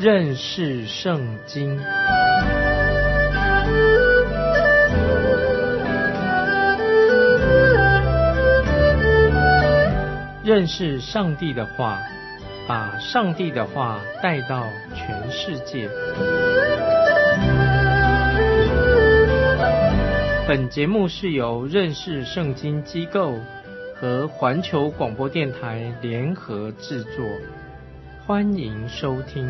认识圣经。认识上帝的话，把上帝的话带到全世界。本节目是由认识圣经机构和环球广播电台联合制作，欢迎收听。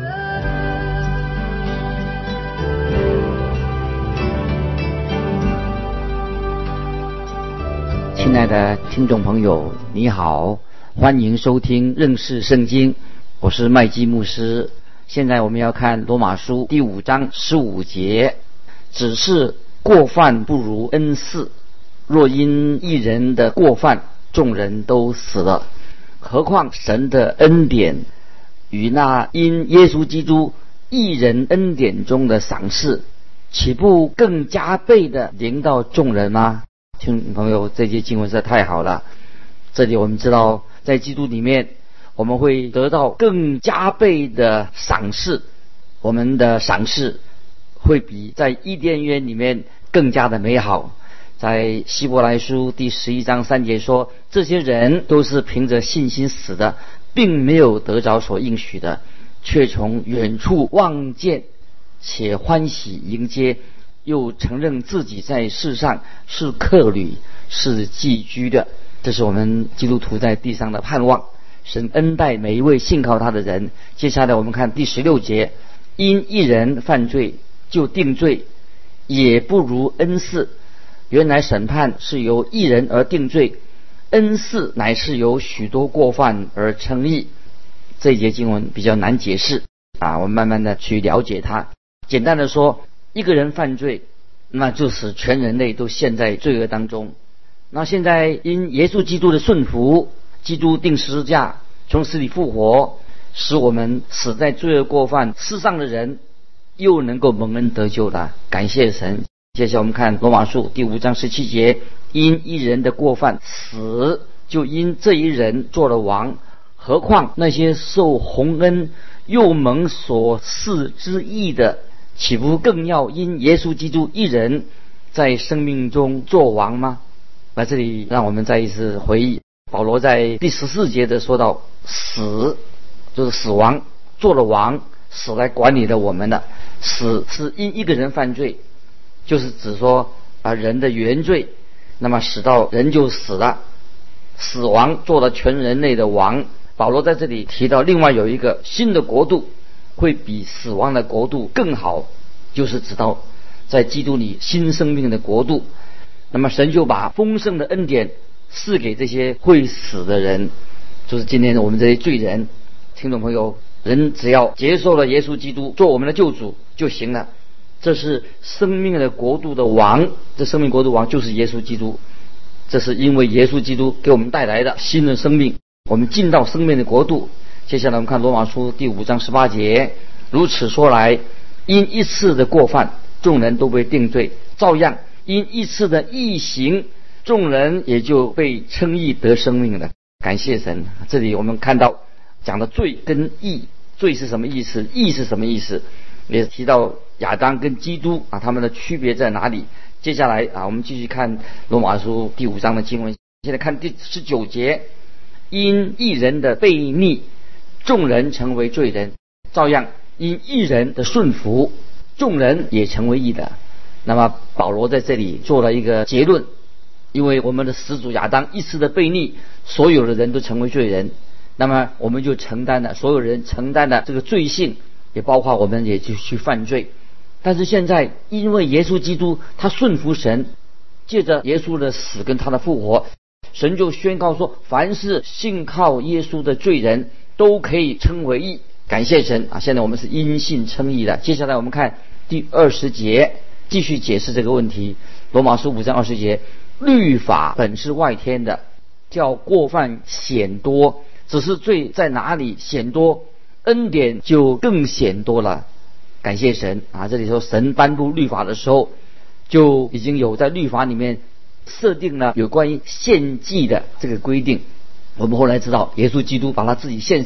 亲爱的听众朋友，你好，欢迎收听认识圣经，我是麦基牧师。现在我们要看罗马书第5章15节，只是过犯不如恩赐，若因一人的过犯众人都死了，何况神的恩典与那因耶稣基督一人恩典中的赏赐，岂不更加倍的临到众人吗？听众朋友，这节经文实在太好了。这里我们知道，在基督里面我们会得到更加倍的赏赐，我们的赏赐会比在伊甸园里面更加的美好。在希伯来书第11章3节说，这些人都是凭着信心死的，并没有得着所应许的，却从远处望见，且欢喜迎接，又承认自己在世上是客旅，是寄居的。这是我们基督徒在地上的盼望，神恩待每一位信靠他的人。接下来我们看第16节，因一人犯罪就定罪，也不如恩赐。原来审判是由一人而定罪，恩赐乃是由许多过犯而称义。这一节经文比较难解释我们慢慢的去了解它。简单的说，一个人犯罪，那就使全人类都陷在罪恶当中。那现在因耶稣基督的顺服，基督定十字架，从死里复活，使我们死在罪恶过犯世上的人又能够蒙恩得救了，感谢神。接下来我们看罗马书第5章17节，因一人的过犯死，就因这一人做了王，何况那些受洪恩又蒙所赐之义的，岂不更要因耶稣基督一人在生命中做王吗？那这里让我们再一次回忆保罗在第14节的说到，死就是死亡，做了王，死来管理了我们的。死是因一个人犯罪，就是指说人的原罪，那么使到人就死了，死亡做了全人类的王。保罗在这里提到另外有一个新的国度，会比死亡的国度更好，就是指到在基督里新生命的国度。那么神就把丰盛的恩典赐给这些会死的人，就是今天我们这些罪人。听众朋友，人只要接受了耶稣基督做我们的救主就行了。这是生命的国度的王，这生命国度王就是耶稣基督。这是因为耶稣基督给我们带来的新的生命，我们进到生命的国度。接下来我们看罗马书第5章18节，如此说来，因一次的过犯众人都被定罪，照样因一次的义行众人也就被称义得生命了。感谢神。这里我们看到讲的罪跟义，罪是什么意思，义是什么意思，也提到亚当跟基督他们的区别在哪里。接下来我们继续看罗马书第5章的经文。现在看第19节，因一人的悖逆众人成为罪人，照样因一人的顺服众人也成为义的。那么保罗在这里做了一个结论，因为我们的始祖亚当一次的悖逆，所有的人都成为罪人，那么我们就承担了，所有人承担了这个罪性，也包括我们也就去犯罪。但是现在因为耶稣基督他顺服神，借着耶稣的死跟他的复活，神就宣告说，凡是信靠耶稣的罪人都可以称为义。感谢神现在我们是因信称义的。接下来我们看第20节，继续解释这个问题。罗马书5章20节，律法本是外天的，叫过犯显多，只是罪在哪里显多，恩典就更显多了。感谢神这里说神颁布律法的时候，就已经有在律法里面设定了有关于献祭的这个规定。我们后来知道耶稣基督把他自己献上，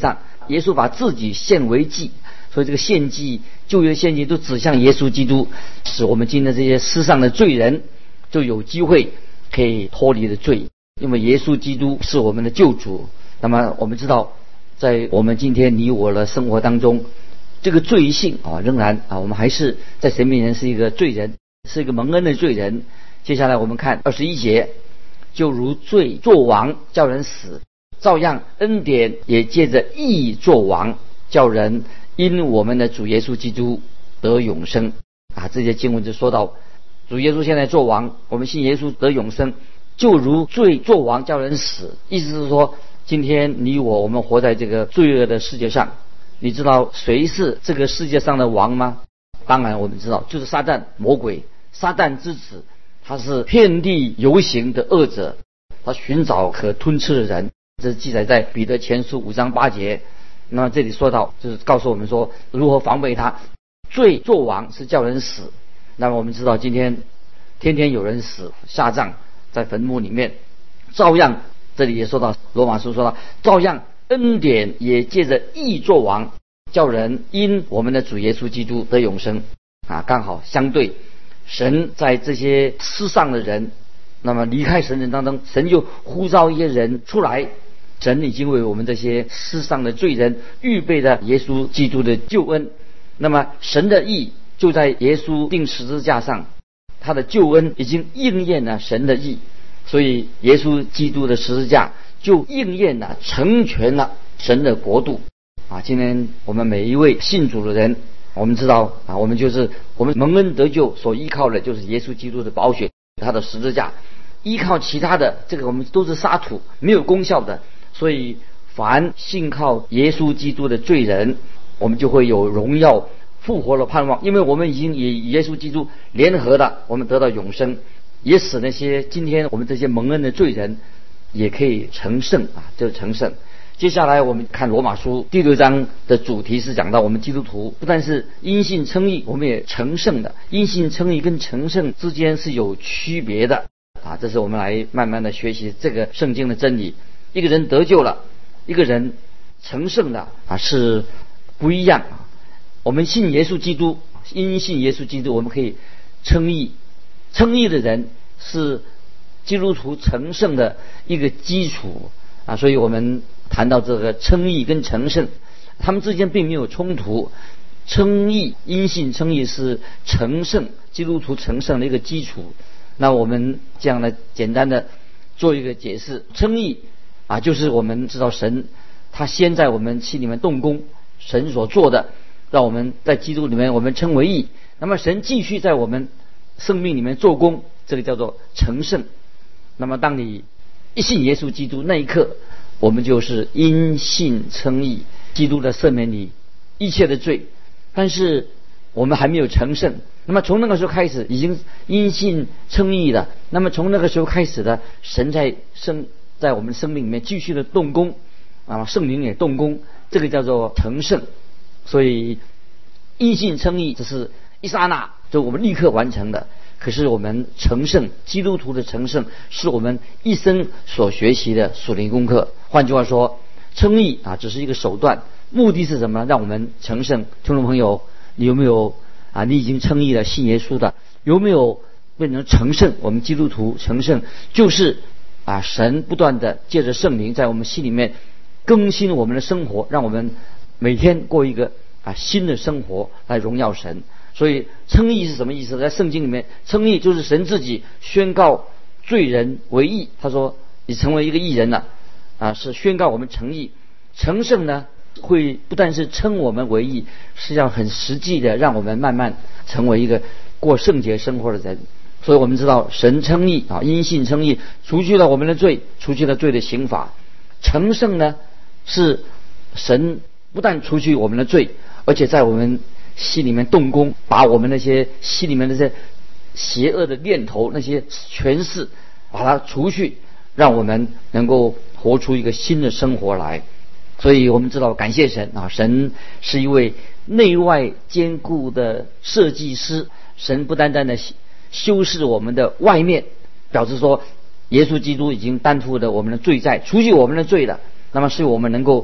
耶稣把自己献为祭，所以这个献祭、旧约献祭都指向耶稣基督，使我们今天这些世上的罪人就有机会可以脱离的罪，因为耶稣基督是我们的救主。那么我们知道，在我们今天你我的生活当中，这个罪性仍然我们还是在神面前是一个罪人，是一个蒙恩的罪人。接下来我们看21节，就如罪作王叫人死，照样恩典也借着义作王，叫人因我们的主耶稣基督得永生。这些经文就说到主耶稣现在作王，我们信耶稣得永生，就如罪作王叫人死。意思是说，今天你我们活在这个罪恶的世界上，你知道谁是这个世界上的王吗？当然我们知道，就是撒旦魔鬼，撒旦之子，他是遍地游行的恶者，他寻找可吞吃的人。这是记载在彼得前书5章8节。那么这里说到，就是告诉我们说如何防备他。罪作王是叫人死，那么我们知道今天天天有人死下葬在坟墓里面，照样这里也说到，罗马书说到，照样恩典也借着义作王，叫人因我们的主耶稣基督得永生。刚好相对，神在这些世上的人，那么离开神人当中，神就呼召一些人出来，神已经为我们这些世上的罪人预备了耶稣基督的救恩。那么神的义就在耶稣钉十字架上，他的救恩已经应验了神的义，所以耶稣基督的十字架就应验了、成全了神的国度。今天我们每一位信主的人，我们知道我们蒙恩得救所依靠的就是耶稣基督的宝血，他的十字架。依靠其他的，这个我们都是沙土，没有功效的。所以凡信靠耶稣基督的罪人，我们就会有荣耀复活的盼望，因为我们已经与耶稣基督联合了，我们得到永生，也使那些今天我们这些蒙恩的罪人也可以成圣就是成圣。接下来我们看罗马书第6章的主题是讲到我们基督徒不但是因信称义，我们也成圣的。因信称义跟成圣之间是有区别的这是我们来慢慢的学习这个圣经的真理。一个人得救了，一个人成圣了是不一样。我们信耶稣基督，因信耶稣基督我们可以称义，称义的人是基督徒成圣的一个基础所以我们谈到这个称义跟成圣，他们之间并没有冲突。称义，因信称义是成圣，基督徒成圣的一个基础。那我们这样来简单的做一个解释。称义就是我们知道神他先在我们心里面动工，神所做的让我们在基督里面我们称为义，那么神继续在我们生命里面做工，这个叫做成圣。那么当你一信耶稣基督那一刻，我们就是因信称义，基督的赦免你一切的罪。但是我们还没有成圣，那么从那个时候开始已经因信称义了，那么从那个时候开始的神在我们生命里面继续的动工圣灵也动工，这个叫做成圣。所以因信称义只是一刹那，就我们立刻完成的。可是我们成圣，基督徒的成圣是我们一生所学习的属灵功课。换句话说，称义只是一个手段，目的是什么？让我们成圣。听众朋友，你有没有你已经称义了，信耶稣的，有没有变成成圣？我们基督徒成圣就是神不断的借着圣灵在我们心里面更新我们的生活，让我们每天过一个新的生活来荣耀神。所以称义是什么意思？在圣经里面，称义就是神自己宣告罪人为义。他说你成为一个义人了是宣告我们成义。成圣呢，会不但是称我们为义，实际上很实际的让我们慢慢成为一个过圣洁生活的人。所以我们知道神称义因信称义，除去了我们的罪，除去了罪的刑罚。成圣呢，是神不但除去我们的罪，而且在我们心里面动工，把我们那些心里面那些邪恶的念头，那些权势把它除去，让我们能够活出一个新的生活来。所以我们知道感谢神神是一位内外兼顾的设计师。神不单单的修饰我们的外面，表示说耶稣基督已经担负了我们的罪债，除去我们的罪了，那么是我们能够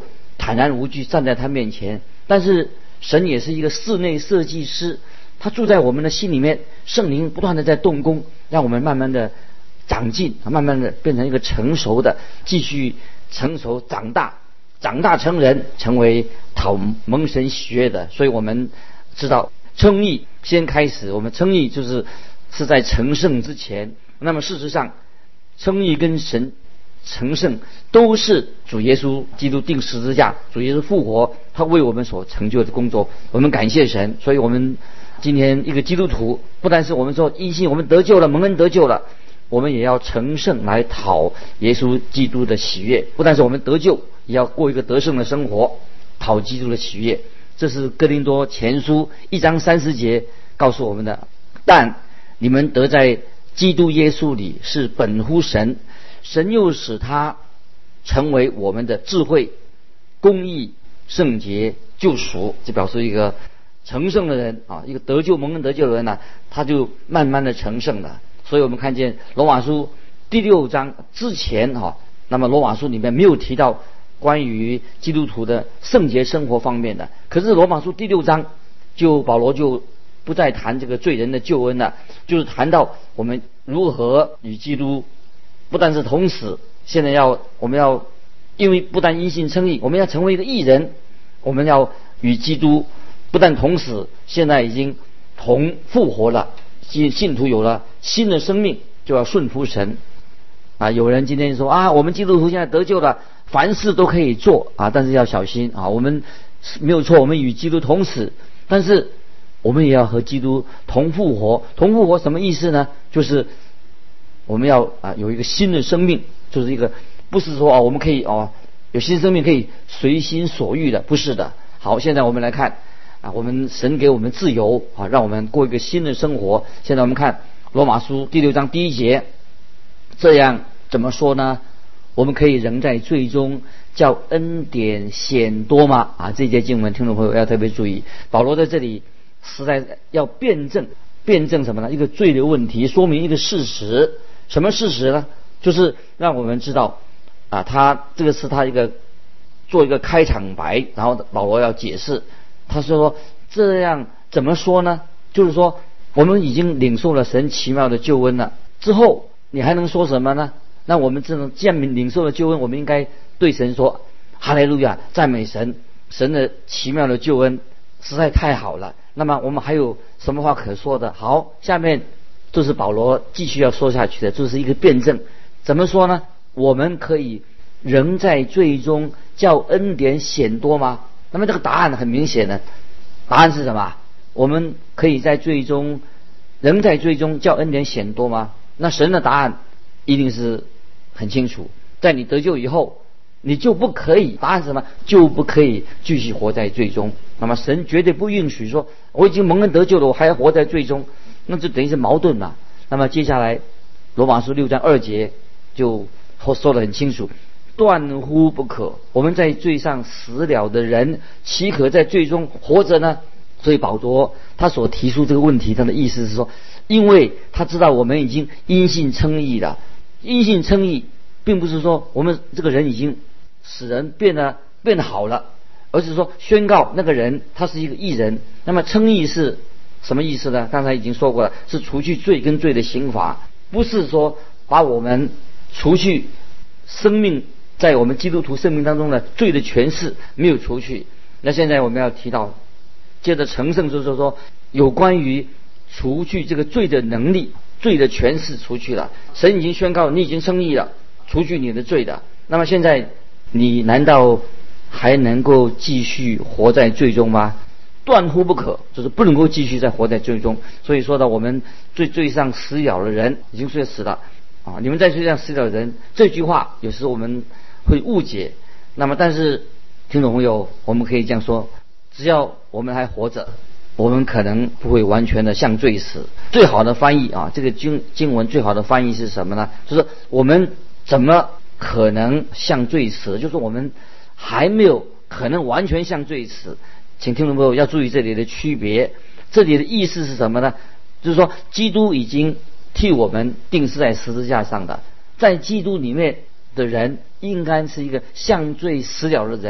坦然无惧站在他面前。但是神也是一个室内设计师，他住在我们的心里面，圣灵不断的在动工，让我们慢慢的长进，慢慢的变成一个成熟的，继续成熟长大成人，成为讨蒙神喜悦的。所以我们知道称义先开始，我们称义是在成圣之前。那么事实上称义跟神成圣都是主耶稣基督钉十字架，主耶稣复活，他为我们所成就的工作，我们感谢神。所以我们今天一个基督徒，不但是我们说因信我们得救了，蒙恩得救了，我们也要成圣来讨耶稣基督的喜悦。不但是我们得救，也要过一个得胜的生活，讨基督的喜悦。这是哥林多前书1章30节告诉我们的。但你们得在基督耶稣里是本乎神，神又使他成为我们的智慧、公义、圣洁、救赎。这表示一个成圣的人啊，一个得救蒙恩得救的人呢，他就慢慢的成圣了。所以我们看见罗马书第6章之前那么罗马书里面没有提到关于基督徒的圣洁生活方面的。可是罗马书第6章保罗就不再谈这个罪人的救恩了，就是谈到我们如何与基督不但是同死，现在我们要因为不但因信称义，我们要成为一个义人，我们要与基督不但同死，现在已经同复活了，信徒有了新的生命，就要顺服神啊。有人今天说我们基督徒现在得救了，凡事都可以做但是要小心我们没有错，我们与基督同死，但是我们也要和基督同复活。同复活什么意思呢？就是我们要有一个新的生命，就是一个不是说我们可以有新生命可以随心所欲的，不是的。好，现在我们来看我们神给我们自由让我们过一个新的生活。现在我们看罗马书第6章第1节，这样怎么说呢？我们可以仍在罪中，叫恩典显多吗？这节经文听众朋友要特别注意，保罗在这里实在要辩证什么呢？一个罪的问题，说明一个事实。什么事实呢？就是让我们知道他这个是他做一个开场白，然后保罗要解释。他说这样怎么说呢？就是说我们已经领受了神奇妙的救恩了，之后你还能说什么呢？那我们这种既然领受了救恩，我们应该对神说哈利路亚，赞美神，神的奇妙的救恩实在太好了。那么我们还有什么话可说的？好，下面就是保罗继续要说下去的，就是一个辩证。怎么说呢？我们可以仍在罪中，叫恩典显多吗？那么这个答案很明显的，答案是什么？我们可以在罪中，仍在罪中，叫恩典显多吗？那神的答案一定是很清楚，在你得救以后，你就不可以，答案是什么？就不可以继续活在罪中。那么神绝对不允许说我已经蒙恩得救了，我还要活在罪中，那就等于是矛盾嘛。那么接下来罗马书6章2节就说得很清楚，断乎不可。我们在罪上死了的人，岂可在罪中活着呢？所以保罗他所提出这个问题，他的意思是说，因为他知道我们已经因信称义了。因信称义并不是说我们这个人已经使人变得好了，而是说宣告那个人他是一个义人。那么称义是什么意思呢？刚才已经说过了，是除去罪跟罪的刑罚，不是说把我们除去生命在我们基督徒生命当中的罪的权势没有除去。那现在我们要提到接着成圣，就是说有关于除去这个罪的能力，罪的权势除去了，神已经宣告你已经称义了，除去你的罪的。那么现在你难道还能够继续活在罪中吗？断乎不可，就是不能够继续再活在罪中。所以说到我们罪上死了的人已经睡死了你们在罪上死了的人，这句话有时候我们会误解。那么但是听众朋友，我们可以这样说，只要我们还活着，我们可能不会完全的向罪死。最好的翻译这个经文最好的翻译是什么呢？就是我们怎么可能向罪死，就是我们还没有可能完全向罪死。请听众朋友要注意这里的区别，这里的意思是什么呢？就是说基督已经替我们钉死在十字架上的，在基督里面的人应该是一个向罪死了的人。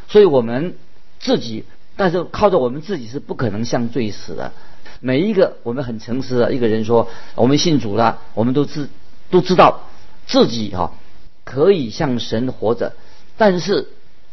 所以我们自己，但是靠着我们自己是不可能向罪死的。每一个我们很诚实的一个人说，我们信主了，我们都知道自己可以向神活着，但是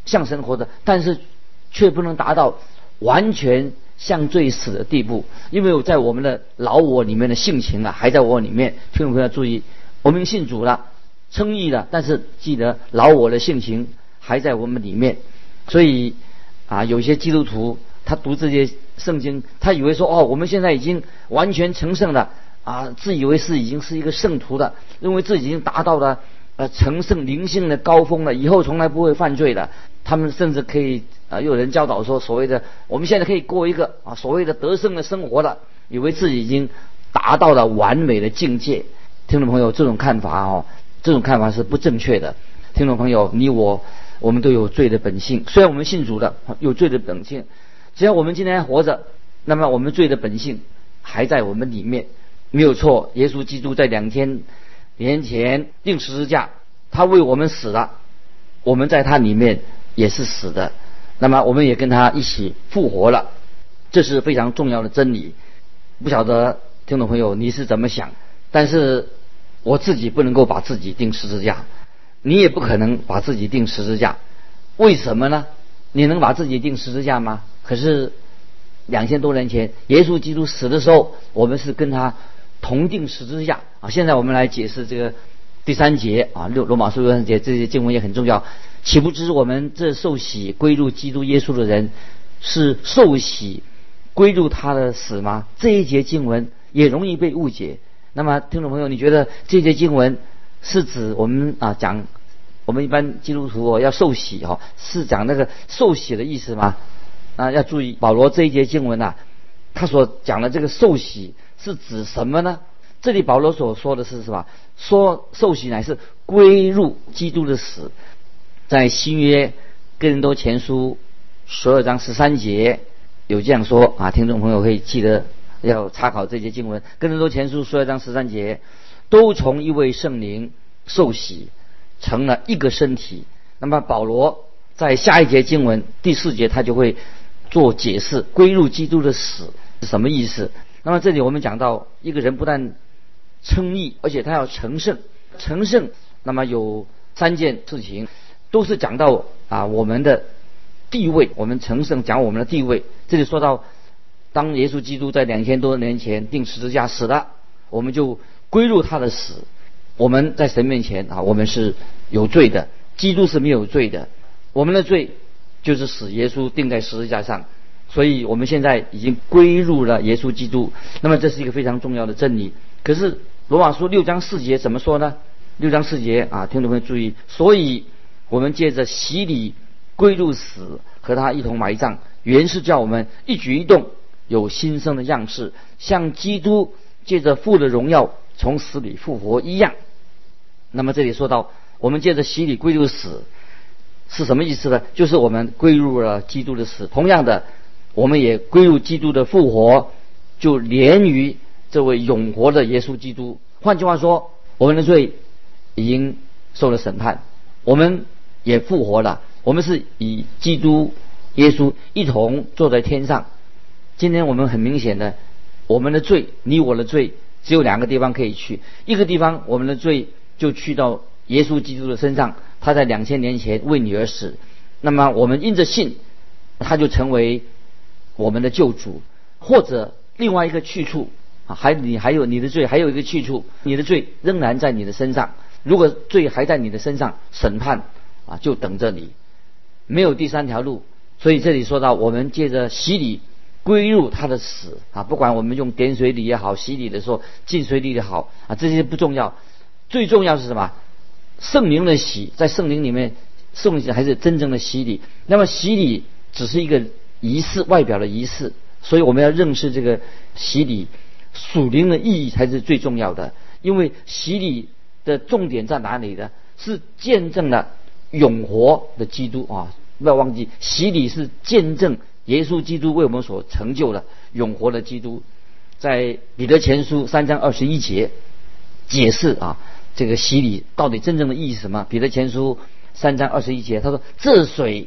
却不能达到完全向罪死的地步，因为在我们的老我里面的性情还在我里面。听众朋友要注意，我们信主了，称义了，但是记得老我的性情还在我们里面。所以有些基督徒他读这些圣经，他以为说我们现在已经完全成圣了自以为是已经是一个圣徒了，认为自己已经达到了成圣灵性的高峰了，以后从来不会犯罪了。他们甚至可以有人教导说，所谓的我们现在可以过一个所谓的得胜的生活了，以为自己已经达到了完美的境界。听众朋友，这种看法是不正确的。听众朋友，你我们都有罪的本性，虽然我们信主了，有罪的本性，只要我们今天还活着，那么我们罪的本性还在我们里面，没有错。耶稣基督在2000年前钉十字架，他为我们死了，我们在他里面也是死的，那么我们也跟他一起复活了，这是非常重要的真理。不晓得听众朋友你是怎么想，但是我自己不能够把自己钉十字架，你也不可能把自己钉十字架。为什么呢？你能把自己钉十字架吗？可是2000多年前耶稣基督死的时候，我们是跟他同钉十字架现在我们来解释这个第3节罗马书第3节，这些经文也很重要。岂不知我们这受洗归入基督耶稣的人，是受洗归入他的死吗？这一节经文也容易被误解。那么听众朋友，你觉得这节经文是指我们讲我们一般基督徒要受洗是讲那个受洗的意思吗？要注意保罗这一节经文他所讲的这个受洗是指什么呢？这里保罗所说的是什么？说受洗乃是归入基督的死。在新约哥林多前书12章13节有这样说听众朋友可以记得要查考这节经文。哥林多前书12章13节，都从一位圣灵受洗，成了一个身体。那么保罗在下一节经文第4节他就会做解释，归入基督的死是什么意思。那么这里我们讲到一个人不但称义，而且他要成圣。成圣那么有3件事情，都是讲到我们的地位。我们成圣讲我们的地位，这里说到当耶稣基督在2000多年前钉十字架死了，我们就归入他的死。我们在神面前我们是有罪的，基督是没有罪的。我们的罪就是使耶稣钉在十字架上，所以我们现在已经归入了耶稣基督。那么这是一个非常重要的真理。可是罗马书6章4节怎么说呢？6章4节听众朋友注意，所以我们借着洗礼归入死，和他一同埋葬，原是叫我们一举一动有新生的样式，像基督借着父的荣耀从死里复活一样。那么这里说到我们借着洗礼归入死是什么意思呢？就是我们归入了基督的死，同样的我们也归入基督的复活，就连于这位永活的耶稣基督。换句话说，我们的罪已经受了审判，我们也复活了，我们是以基督耶稣一同坐在天上。今天我们很明显的，我们的罪，你我的罪只有2个地方可以去。一个地方我们的罪就去到耶稣基督的身上，他在2000年前为你而死，那么我们因着信，他就成为我们的救主。或者另外一个去处还有你的罪还有一个去处，你的罪仍然在你的身上。如果罪还在你的身上，审判就等着你，没有第3条路。所以这里说到我们借着洗礼归入他的死不管我们用点水礼也好，洗礼的时候浸水礼也好这些不重要，最重要是什么？圣灵的洗，在圣灵里面圣灵还是真正的洗礼。那么洗礼只是一个仪式，外表的仪式，所以我们要认识这个洗礼属灵的意义才是最重要的。因为洗礼的重点在哪里呢？是见证了永活的基督不要忘记，洗礼是见证耶稣基督为我们所成就的永活的基督。在彼得前书3章21节解释这个洗礼到底真正的意义是什么？彼得前书3章21节他说，这水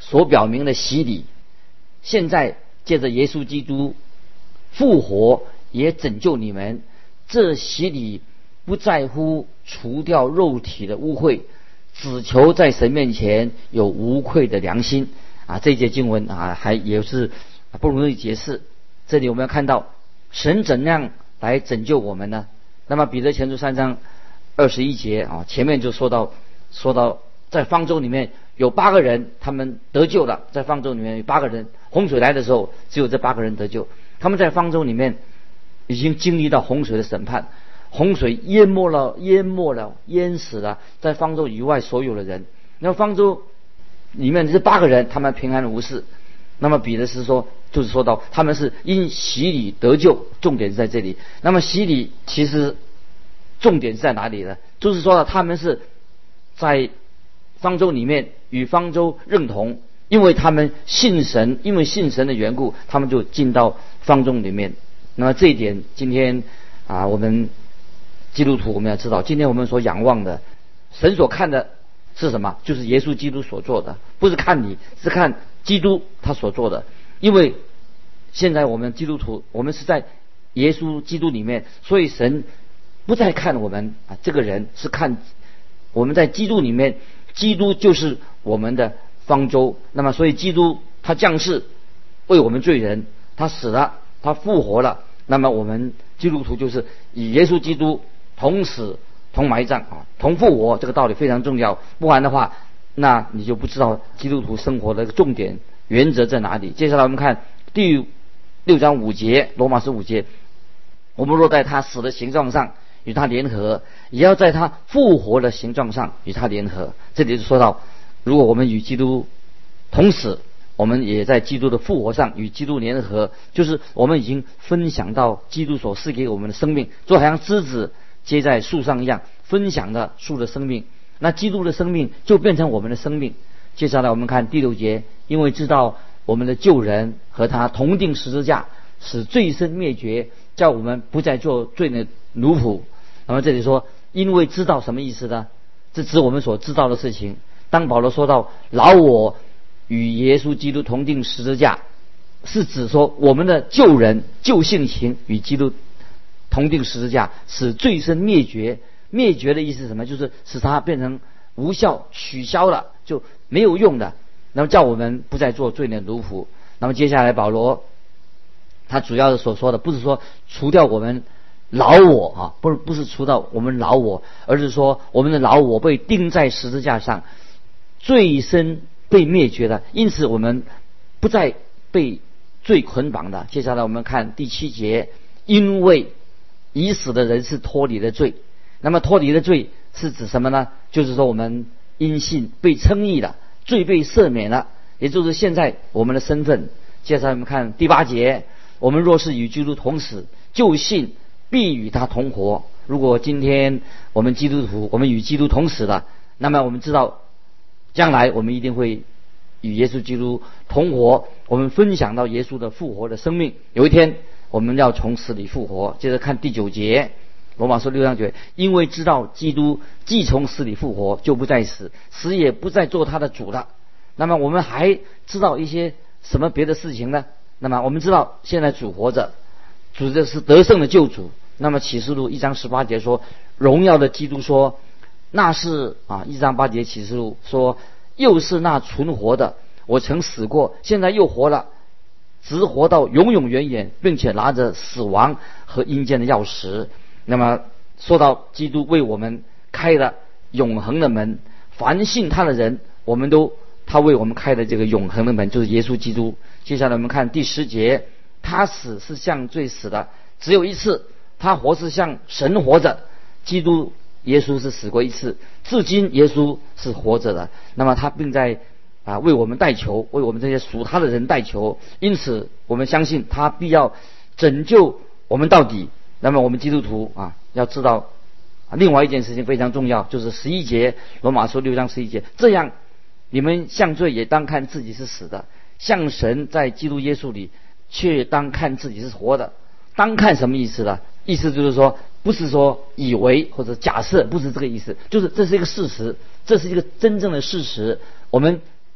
所表明的洗礼，现在借着耶稣基督复活也拯救你们。这洗礼不在乎除掉肉体的污秽，只求在神面前有无愧的良心。这一节经文也是不容易解释。这里我们要看到神怎样来拯救我们呢？那么彼得前书3章21节前面就说到在方舟里面有8个人，他们得救了。在方舟里面有8个人，洪水来的时候只有这8个人得救。他们在方舟里面已经经历到洪水的审判，洪水淹死了在方舟以外所有的人。那么方舟里面这8个人他们平安无事。那么彼得就是说到他们是因洗礼得救，重点是在这里。那么洗礼其实重点是在哪里呢？就是说他们是在方舟里面与方舟认同，因为他们信神，因为信神的缘故，他们就进到方舟里面。那么这一点今天我们基督徒我们要知道，今天我们所仰望的神所看的是什么？就是耶稣基督所做的，不是看你，是看基督他所做的。因为现在我们基督徒，我们是在耶稣基督里面，所以神不再看我们这个人，是看我们在基督里面，基督就是我们的方舟。那么所以基督他降世为我们罪人，他死了，他复活了。那么我们基督徒就是以耶稣基督同死同埋葬同复活，这个道理非常重要。不然的话，那你就不知道基督徒生活的重点原则在哪里。接下来我们看第6章5节，罗马书5节，我们若在他死的形状上与他联合，也要在他复活的形状上与他联合。这里就说到，如果我们与基督同死，我们也在基督的复活上与基督联合，就是我们已经分享到基督所赐给我们的生命，就好像枝子接在树上一样，分享了树的生命。那基督的生命就变成我们的生命。接下来我们看第6节，因为知道我们的旧人和他同定十字架，使罪身灭绝，叫我们不再做罪的奴仆。那么这里说因为知道什么意思呢？这指我们所知道的事情。当保罗说到老我与耶稣基督同定十字架，是指说我们的旧人旧性情与基督同定十字架，使罪身灭绝。灭绝的意思是什么？就是使它变成无效，取消了，就没有用的。那么叫我们不再做罪的奴仆。那么接下来保罗他主要所说的不是说除掉我们老我不是除掉我们老我，而是说我们的老我被钉在十字架上，罪身被灭绝了，因此我们不再被罪捆绑的。接下来我们看第7节，因为已死的人是脱离了罪。那么脱离的罪是指什么呢？就是说我们因信被称义了，罪被赦免了，也就是现在我们的身份。接下来我们看第8节，我们若是与基督同死，就信必与他同活。如果今天我们基督徒我们与基督同死了，那么我们知道将来我们一定会与耶稣基督同活，我们分享到耶稣的复活的生命。有一天我们要从死里复活。接着看第9节，罗马书6章9节，因为知道基督既从死里复活，就不再死，死也不再做他的主了。那么我们还知道一些什么别的事情呢？那么我们知道现在主活着，主这是得胜的救主。那么启示录1章18节说，荣耀的基督说，那是1章8节启示录说，又是那存活的，我曾死过，现在又活了，直活到永永远远，并且拿着死亡和阴间的钥匙。那么说到基督为我们开了永恒的门，凡信他的人，他为我们开的这个永恒的门就是耶稣基督。接下来我们看第10节，他死是向罪死的，只有一次；他活是向神活着。基督耶稣是死过一次，至今耶稣是活着的。那么他并在为我们代求，为我们这些属他的人代求。因此我们相信他必要拯救我们到底。那么我们基督徒要知道另外一件事情非常重要，就是11节，罗马书6章11节，这样你们向罪也当看自己是死的，向神在基督耶稣里却当看自己是活的。当看什么意思呢？意思就是说不是说以为或者假设，不是这个意思，就是这是一个事实，这是一个真正的事实。我们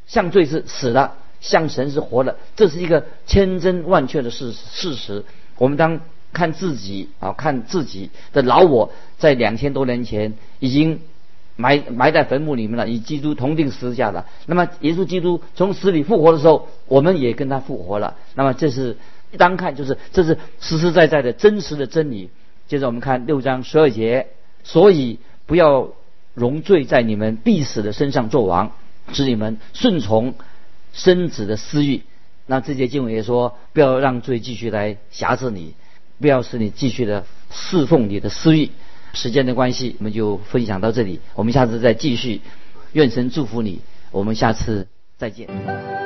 向罪是死的，向神是活的，这是一个千真万确的事实。我们当看自己看自己的老我，在2000多年前已经埋在坟墓里面了，与基督同定十字架了。那么耶稣基督从死里复活的时候，我们也跟他复活了。那么这是当看，就是这是实实在在的真实的真理。接着我们看6章12节，所以不要容罪在你们必死的身上作王，使你们顺从身子的私欲。那这节经文也说，不要让罪继续来辖制你，不要使你继续的侍奉你的私欲。时间的关系，我们就分享到这里，我们下次再继续。愿神祝福你，我们下次再见。